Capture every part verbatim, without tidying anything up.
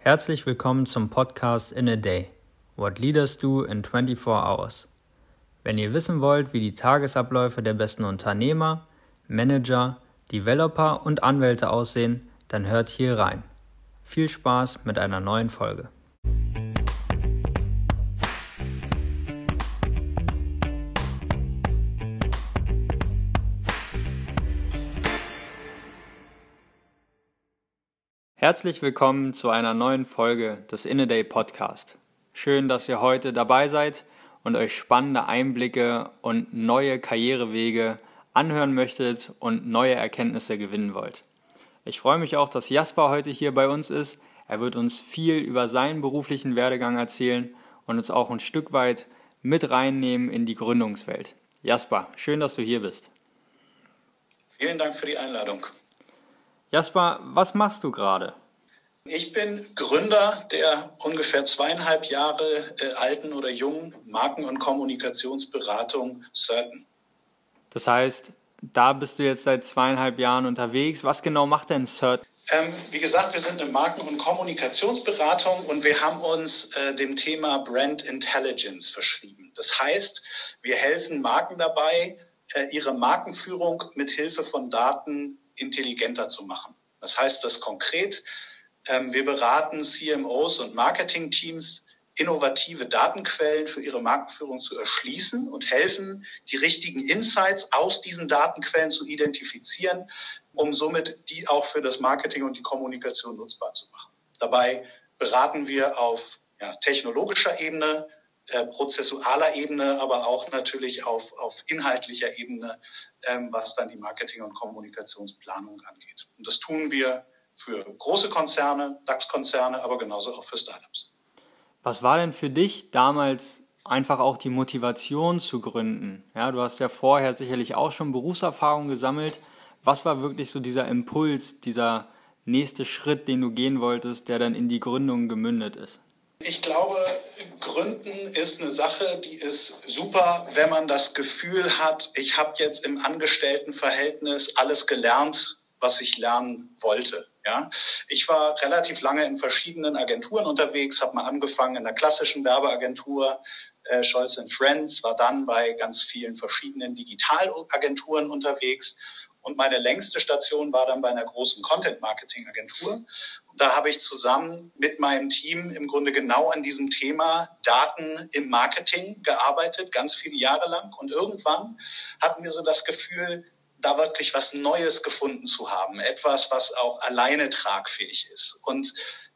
Herzlich willkommen zum Podcast In a Day. What Leaders Do in twenty-four hours. Wenn ihr wissen wollt, wie die Tagesabläufe der besten Unternehmer, Manager, Developer und Anwälte aussehen, dann hört hier rein. Viel Spaß mit einer neuen Folge. Herzlich willkommen zu einer neuen Folge des In a Day Podcast. Schön, dass ihr heute dabei seid und euch spannende Einblicke und neue Karrierewege anhören möchtet und neue Erkenntnisse gewinnen wollt. Ich freue mich auch, dass Jasper heute hier bei uns ist. Er wird uns viel über seinen beruflichen Werdegang erzählen und uns auch ein Stück weit mit reinnehmen in die Gründungswelt. Jasper, schön, dass du hier bist. Vielen Dank für die Einladung. Jasper, was machst du gerade? Ich bin Gründer der ungefähr zweieinhalb Jahre äh, alten oder jungen Marken- und Kommunikationsberatung Certain. Das heißt, da bist du jetzt seit zweieinhalb Jahren unterwegs. Was genau macht denn Certain? Ähm, wie gesagt, wir sind eine Marken- und Kommunikationsberatung und wir haben uns äh, dem Thema Brand Intelligence verschrieben. Das heißt, wir helfen Marken dabei, äh, ihre Markenführung mit Hilfe von Daten intelligenter zu machen. Was heißt das konkret? Ähm, wir beraten C M Os und Marketingteams, innovative Datenquellen für ihre Markenführung zu erschließen und helfen, die richtigen Insights aus diesen Datenquellen zu identifizieren, um somit die auch für das Marketing und die Kommunikation nutzbar zu machen. Dabei beraten wir auf ja, technologischer Ebene, äh, prozessualer Ebene, aber auch natürlich auf, auf inhaltlicher Ebene, ähm, was dann die Marketing- und Kommunikationsplanung angeht. Und das tun wir für große Konzerne, DAX-Konzerne, aber genauso auch für Startups. Was war denn für dich damals einfach auch die Motivation zu gründen? Ja, du hast ja vorher sicherlich auch schon Berufserfahrung gesammelt. Was war wirklich so dieser Impuls, dieser nächste Schritt, den du gehen wolltest, der dann in die Gründung gemündet ist? Ich glaube, Gründen ist eine Sache, die ist super, wenn man das Gefühl hat, ich habe jetzt im Angestelltenverhältnis alles gelernt, was ich lernen wollte. Ja, ich war relativ lange in verschiedenen Agenturen unterwegs, habe mal angefangen in der klassischen Werbeagentur äh, Scholz and Friends, war dann bei ganz vielen verschiedenen Digitalagenturen unterwegs und meine längste Station war dann bei einer großen Content-Marketing-Agentur. Und da habe ich zusammen mit meinem Team im Grunde genau an diesem Thema Daten im Marketing gearbeitet, ganz viele Jahre lang. Und irgendwann hatten wir so das Gefühl, da wirklich was Neues gefunden zu haben, etwas, was auch alleine tragfähig ist. Und,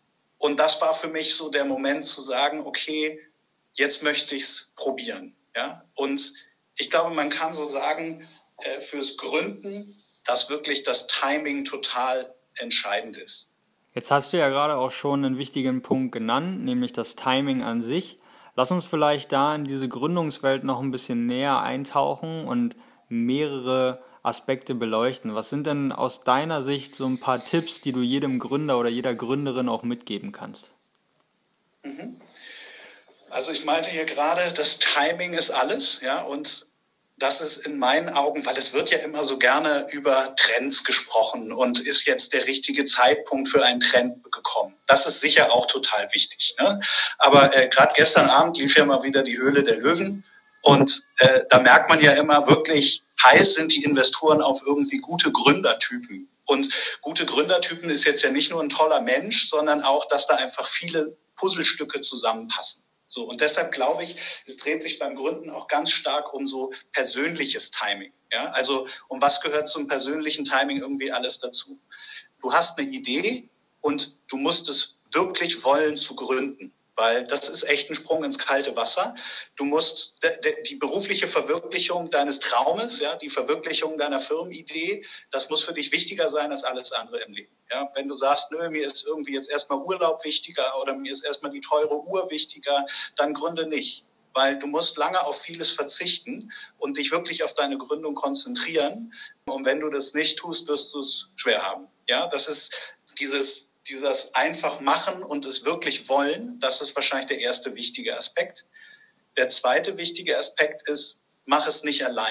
und das war für mich so der Moment zu sagen, okay, jetzt möchte ich es probieren. Ja? Und ich glaube, man kann so sagen, äh, fürs Gründen, dass wirklich das Timing total entscheidend ist. Jetzt hast du ja gerade auch schon einen wichtigen Punkt genannt, nämlich das Timing an sich. Lass uns vielleicht da in diese Gründungswelt noch ein bisschen näher eintauchen und mehrere Aspekte beleuchten. Was sind denn aus deiner Sicht so ein paar Tipps, die du jedem Gründer oder jeder Gründerin auch mitgeben kannst? Also ich meinte hier gerade, das Timing ist alles, ja, und das ist in meinen Augen, weil es wird ja immer so gerne über Trends gesprochen und ist jetzt der richtige Zeitpunkt für einen Trend gekommen. Das ist sicher auch total wichtig, ne? Aber äh, gerade gestern Abend lief ja mal wieder die Höhle der Löwen und äh, da merkt man ja immer wirklich, heiß sind die Investoren auf irgendwie gute Gründertypen. Und gute Gründertypen ist jetzt ja nicht nur ein toller Mensch, sondern auch, dass da einfach viele Puzzlestücke zusammenpassen. So, und deshalb glaube ich, es dreht sich beim Gründen auch ganz stark um so persönliches Timing. Ja, also um was gehört zum persönlichen Timing irgendwie alles dazu? Du hast eine Idee und du musst es wirklich wollen zu gründen. Weil das ist echt ein Sprung ins kalte Wasser. Du musst die berufliche Verwirklichung deines Traumes, ja, die Verwirklichung deiner Firmenidee, das muss für dich wichtiger sein als alles andere im Leben. Ja, wenn du sagst, nö, mir ist irgendwie jetzt erstmal Urlaub wichtiger oder mir ist erstmal die teure Uhr wichtiger, dann gründe nicht. Weil du musst lange auf vieles verzichten und dich wirklich auf deine Gründung konzentrieren. Und wenn du das nicht tust, wirst du es schwer haben. Ja, das ist dieses Dieses einfach machen und es wirklich wollen, das ist wahrscheinlich der erste wichtige Aspekt. Der zweite wichtige Aspekt ist, mach es nicht allein.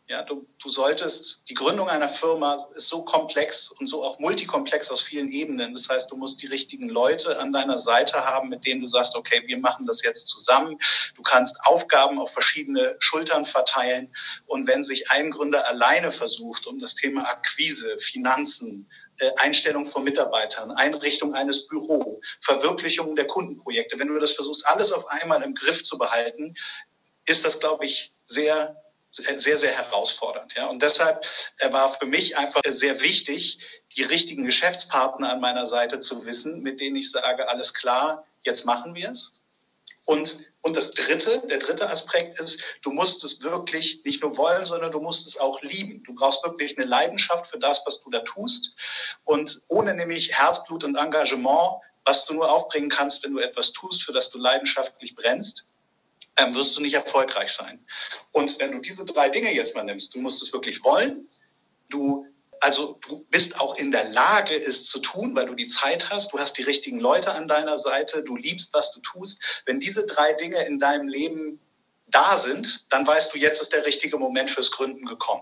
Ja, du, du solltest, die Gründung einer Firma ist so komplex und so auch multikomplex aus vielen Ebenen. Das heißt, du musst die richtigen Leute an deiner Seite haben, mit denen du sagst, okay, wir machen das jetzt zusammen. Du kannst Aufgaben auf verschiedene Schultern verteilen. Und wenn sich ein Gründer alleine versucht, um das Thema Akquise, Finanzen, Einstellung von Mitarbeitern, Einrichtung eines Büros, Verwirklichung der Kundenprojekte, wenn du das versuchst, alles auf einmal im Griff zu behalten, ist das, glaube ich, sehr sehr, sehr herausfordernd. Ja. Und deshalb war für mich einfach sehr wichtig, die richtigen Geschäftspartner an meiner Seite zu wissen, mit denen ich sage, alles klar, jetzt machen wir es. Und, und das dritte, der dritte Aspekt ist, du musst es wirklich nicht nur wollen, sondern du musst es auch lieben. Du brauchst wirklich eine Leidenschaft für das, was du da tust. Und ohne nämlich Herzblut und Engagement, was du nur aufbringen kannst, wenn du etwas tust, für das du leidenschaftlich brennst, Ähm, wirst du nicht erfolgreich sein. Und wenn du diese drei Dinge jetzt mal nimmst, du musst es wirklich wollen, du, also du bist auch in der Lage, es zu tun, weil du die Zeit hast, du hast die richtigen Leute an deiner Seite, du liebst, was du tust. Wenn diese drei Dinge in deinem Leben da sind, dann weißt du, jetzt ist der richtige Moment fürs Gründen gekommen.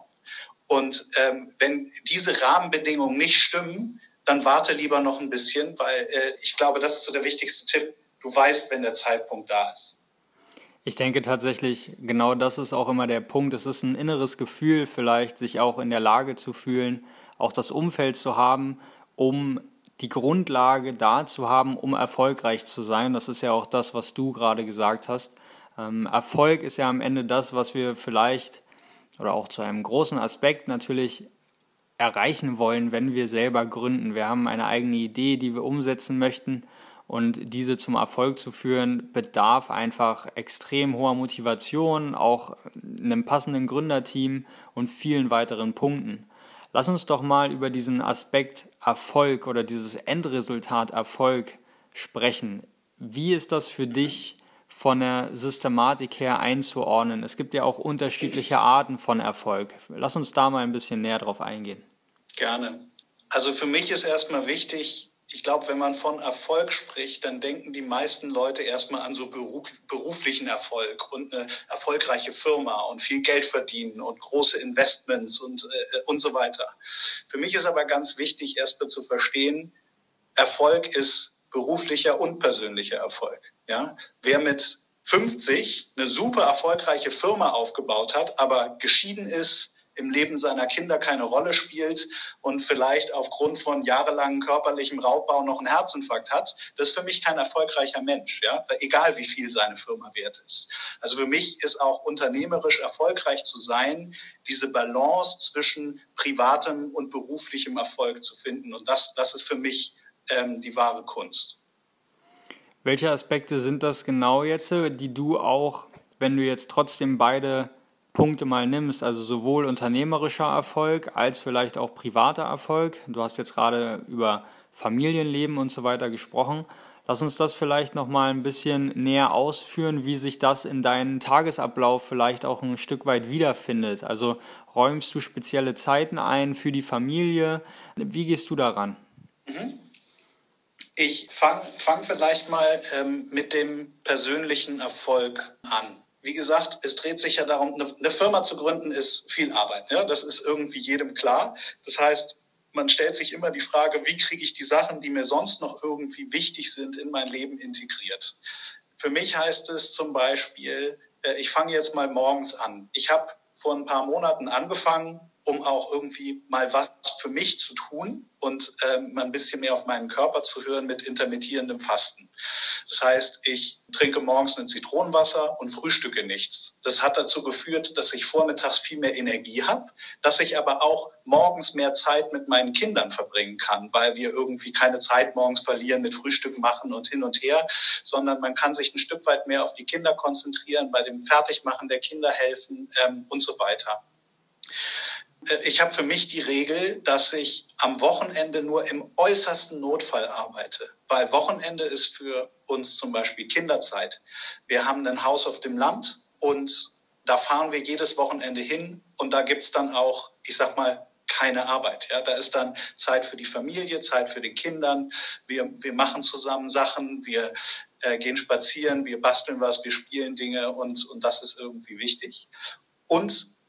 Und ähm, wenn diese Rahmenbedingungen nicht stimmen, dann warte lieber noch ein bisschen, weil äh, ich glaube, das ist so der wichtigste Tipp. Du weißt, wenn der Zeitpunkt da ist. Ich denke tatsächlich, genau das ist auch immer der Punkt. Es ist ein inneres Gefühl vielleicht, sich auch in der Lage zu fühlen, auch das Umfeld zu haben, um die Grundlage da zu haben, um erfolgreich zu sein. Das ist ja auch das, was du gerade gesagt hast. Ähm, Erfolg ist ja am Ende das, was wir vielleicht oder auch zu einem großen Aspekt natürlich erreichen wollen, wenn wir selber gründen. Wir haben eine eigene Idee, die wir umsetzen möchten. Und diese zum Erfolg zu führen, bedarf einfach extrem hoher Motivation, auch einem passenden Gründerteam und vielen weiteren Punkten. Lass uns doch mal über diesen Aspekt Erfolg oder dieses Endresultat Erfolg sprechen. Wie ist das für dich von der Systematik her einzuordnen? Es gibt ja auch unterschiedliche Arten von Erfolg. Lass uns da mal ein bisschen näher drauf eingehen. Gerne. Also für mich ist erstmal wichtig, ich glaube, wenn man von Erfolg spricht, dann denken die meisten Leute erstmal an so beruf, beruflichen Erfolg und eine erfolgreiche Firma und viel Geld verdienen und große Investments und, äh, und so weiter. Für mich ist aber ganz wichtig, erstmal zu verstehen, Erfolg ist beruflicher und persönlicher Erfolg. Ja? Wer mit fünfzig eine super erfolgreiche Firma aufgebaut hat, aber geschieden ist, im Leben seiner Kinder keine Rolle spielt und vielleicht aufgrund von jahrelangem körperlichem Raubbau noch einen Herzinfarkt hat, das ist für mich kein erfolgreicher Mensch, ja, egal wie viel seine Firma wert ist. Also für mich ist auch unternehmerisch erfolgreich zu sein, diese Balance zwischen privatem und beruflichem Erfolg zu finden. Und das, das ist für mich ähm, die wahre Kunst. Welche Aspekte sind das genau jetzt, die du auch, wenn du jetzt trotzdem beide Punkte mal nimmst, also sowohl unternehmerischer Erfolg als vielleicht auch privater Erfolg. Du hast jetzt gerade über Familienleben und so weiter gesprochen. Lass uns das vielleicht noch mal ein bisschen näher ausführen, wie sich das in deinem Tagesablauf vielleicht auch ein Stück weit wiederfindet. Also räumst du spezielle Zeiten ein für die Familie? Wie gehst du daran? Ich fange fang vielleicht mal ähm, mit dem persönlichen Erfolg an. Wie gesagt, es dreht sich ja darum, eine Firma zu gründen ist viel Arbeit. Ja? Das ist irgendwie jedem klar. Das heißt, man stellt sich immer die Frage, wie kriege ich die Sachen, die mir sonst noch irgendwie wichtig sind, in mein Leben integriert. Für mich heißt es zum Beispiel, ich fange jetzt mal morgens an. Ich habe vor ein paar Monaten angefangen, um auch irgendwie mal was für mich zu tun und ähm, mal ein bisschen mehr auf meinen Körper zu hören mit intermittierendem Fasten. Das heißt, ich trinke morgens ein Zitronenwasser und frühstücke nichts. Das hat dazu geführt, dass ich vormittags viel mehr Energie habe, dass ich aber auch morgens mehr Zeit mit meinen Kindern verbringen kann, weil wir irgendwie keine Zeit morgens verlieren mit Frühstück machen und hin und her, sondern man kann sich ein Stück weit mehr auf die Kinder konzentrieren, bei dem Fertigmachen der Kinder helfen ähm, und so weiter. Ich habe für mich die Regel, dass ich am Wochenende nur im äußersten Notfall arbeite, weil Wochenende ist für uns zum Beispiel Kinderzeit. Wir haben ein Haus auf dem Land und da fahren wir jedes Wochenende hin und da gibt's dann auch, ich sag mal, keine Arbeit. Ja, da ist dann Zeit für die Familie, Zeit für den Kindern. Wir, wir machen zusammen Sachen, wir äh, gehen spazieren, wir basteln was, wir spielen Dinge und, und das ist irgendwie wichtig. Und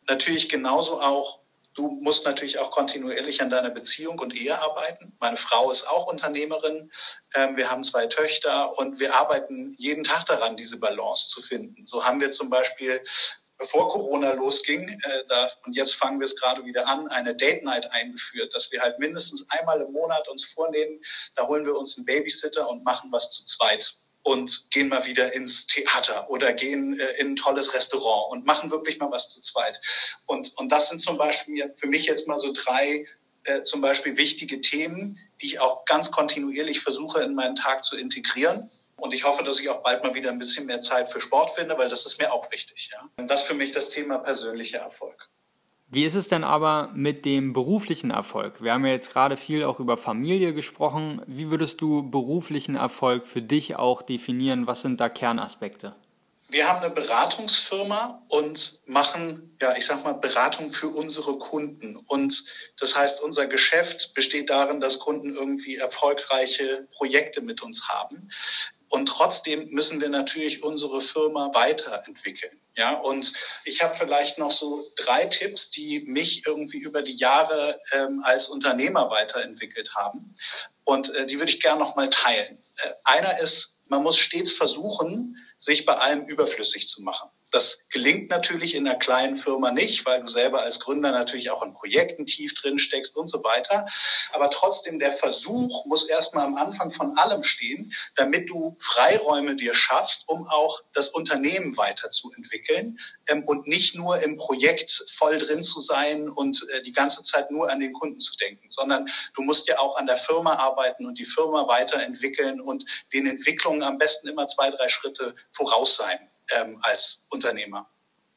natürlich genauso auch, du musst natürlich auch kontinuierlich an deiner Beziehung und Ehe arbeiten. Meine Frau ist auch Unternehmerin. Wir haben zwei Töchter und wir arbeiten jeden Tag daran, diese Balance zu finden. So haben wir zum Beispiel, bevor Corona losging, äh, da, und jetzt fangen wir es gerade wieder an, eine Date Night eingeführt, dass wir halt mindestens einmal im Monat uns vornehmen, da holen wir uns einen Babysitter und machen was zu zweit. Und gehen mal wieder ins Theater oder gehen äh, in ein tolles Restaurant und machen wirklich mal was zu zweit. Und, und das sind zum Beispiel für mich jetzt mal so drei äh, zum Beispiel wichtige Themen, die ich auch ganz kontinuierlich versuche, in meinen Tag zu integrieren. Und ich hoffe, dass ich auch bald mal wieder ein bisschen mehr Zeit für Sport finde, weil das ist mir auch wichtig. Ja? Und das ist für mich das Thema persönlicher Erfolg. Wie ist es denn aber mit dem beruflichen Erfolg? Wir haben ja jetzt gerade viel auch über Familie gesprochen. Wie würdest du beruflichen Erfolg für dich auch definieren? Was sind da Kernaspekte? Wir haben eine Beratungsfirma und machen, ja, ich sag mal, Beratung für unsere Kunden. Und das heißt, unser Geschäft besteht darin, dass Kunden irgendwie erfolgreiche Projekte mit uns haben. Und trotzdem müssen wir natürlich unsere Firma weiterentwickeln. Ja, und ich habe vielleicht noch so drei Tipps, die mich irgendwie über die Jahre ähm, als Unternehmer weiterentwickelt haben. Und äh, die würde ich gerne noch mal teilen. Äh, einer ist, man muss stets versuchen, sich bei allem überflüssig zu machen. Das gelingt natürlich in einer kleinen Firma nicht, weil du selber als Gründer natürlich auch in Projekten tief drin steckst und so weiter. Aber trotzdem, der Versuch muss erstmal am Anfang von allem stehen, damit du Freiräume dir schaffst, um auch das Unternehmen weiterzuentwickeln ähm, und nicht nur im Projekt voll drin zu sein und äh, die ganze Zeit nur an den Kunden zu denken, sondern du musst ja auch an der Firma arbeiten und die Firma weiterentwickeln und den Entwicklungen am besten immer zwei, drei Schritte voraus sein. Ähm, als Unternehmer.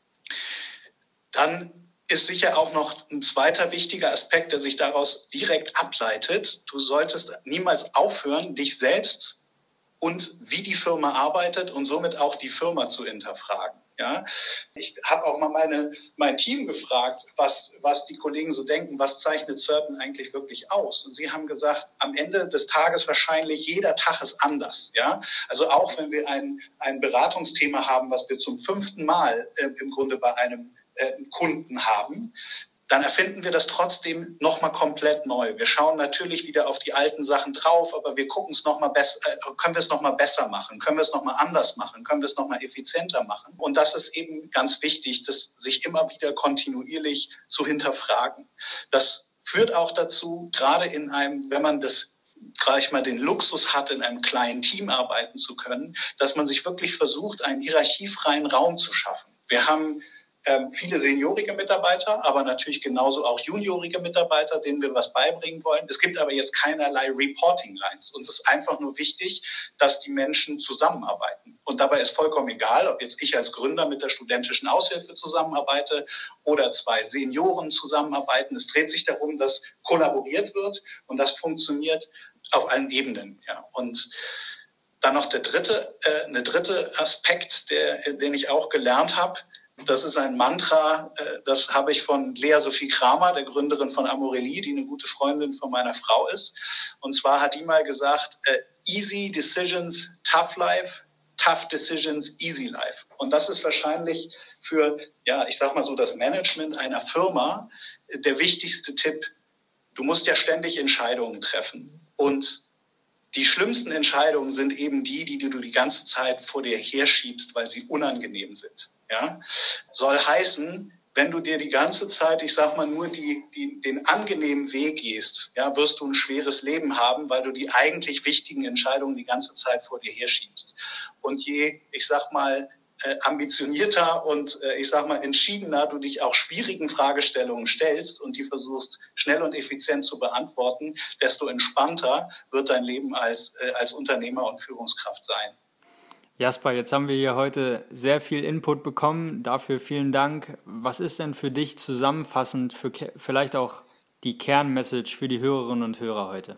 Dann ist sicher auch noch ein zweiter wichtiger Aspekt, der sich daraus direkt ableitet. Du solltest niemals aufhören, dich selbst und wie die Firma arbeitet und somit auch die Firma zu hinterfragen. Ja, ich habe auch mal meine, mein Team gefragt, was, was die Kollegen so denken, was zeichnet Certain eigentlich wirklich aus? Und sie haben gesagt, am Ende des Tages wahrscheinlich jeder Tag ist anders. Ja, also auch wenn wir ein, ein Beratungsthema haben, was wir zum fünften Mal äh, im Grunde bei einem äh, Kunden haben, dann erfinden wir das trotzdem nochmal komplett neu. Wir schauen natürlich wieder auf die alten Sachen drauf, aber wir gucken es nochmal besser, äh, können wir es nochmal besser machen, können wir es nochmal anders machen, können wir es nochmal effizienter machen. Und das ist eben ganz wichtig, das sich immer wieder kontinuierlich zu hinterfragen. Das führt auch dazu, gerade in einem, wenn man das gerade ich mal den Luxus hat, in einem kleinen Team arbeiten zu können, dass man sich wirklich versucht, einen hierarchiefreien Raum zu schaffen. Wir haben Ähm, viele seniorige Mitarbeiter, aber natürlich genauso auch juniorige Mitarbeiter, denen wir was beibringen wollen. Es gibt aber jetzt keinerlei Reporting-Lines. Uns ist einfach nur wichtig, dass die Menschen zusammenarbeiten. Und dabei ist vollkommen egal, ob jetzt ich als Gründer mit der studentischen Aushilfe zusammenarbeite oder zwei Senioren zusammenarbeiten. Es dreht sich darum, dass kollaboriert wird und das funktioniert auf allen Ebenen. Ja. Und dann noch der dritte, äh, eine dritte Aspekt, der, den ich auch gelernt habe. Das ist ein Mantra, das habe ich von Lea Sophie Kramer, der Gründerin von Amorelie, die eine gute Freundin von meiner Frau ist. Und zwar hat die mal gesagt, easy decisions, tough life, tough decisions, easy life. Und das ist wahrscheinlich für, ja, ich sag mal so, das Management einer Firma der wichtigste Tipp. Du musst ja ständig Entscheidungen treffen. Und die schlimmsten Entscheidungen sind eben die, die du die ganze Zeit vor dir herschiebst, weil sie unangenehm sind. Ja, soll heißen, wenn du dir die ganze Zeit, ich sag mal, nur die, die, den angenehmen Weg gehst, ja, wirst du ein schweres Leben haben, weil du die eigentlich wichtigen Entscheidungen die ganze Zeit vor dir herschiebst. Und je, ich sag mal, äh, ambitionierter und, äh, ich sag mal, entschiedener du dich auch schwierigen Fragestellungen stellst und die versuchst schnell und effizient zu beantworten, desto entspannter wird dein Leben als, äh, als Unternehmer und Führungskraft sein. Jasper, jetzt haben wir hier heute sehr viel Input bekommen. Dafür vielen Dank. Was ist denn für dich zusammenfassend für ke- vielleicht auch die Kernmessage für die Hörerinnen und Hörer heute?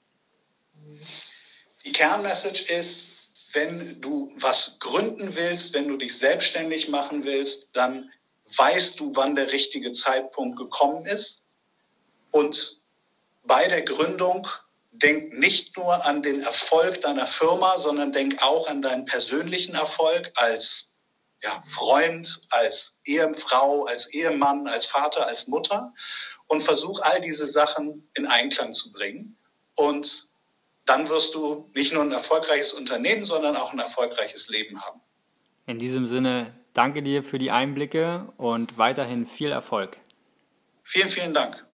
Die Kernmessage ist, wenn du was gründen willst, wenn du dich selbstständig machen willst, dann weißt du, wann der richtige Zeitpunkt gekommen ist. Und bei der Gründung denk nicht nur an den Erfolg deiner Firma, sondern denk auch an deinen persönlichen Erfolg als ja, Freund, als Ehefrau, als Ehemann, als Vater, als Mutter und versuch all diese Sachen in Einklang zu bringen. Und dann wirst du nicht nur ein erfolgreiches Unternehmen, sondern auch ein erfolgreiches Leben haben. In diesem Sinne, danke dir für die Einblicke und weiterhin viel Erfolg. Vielen, vielen Dank.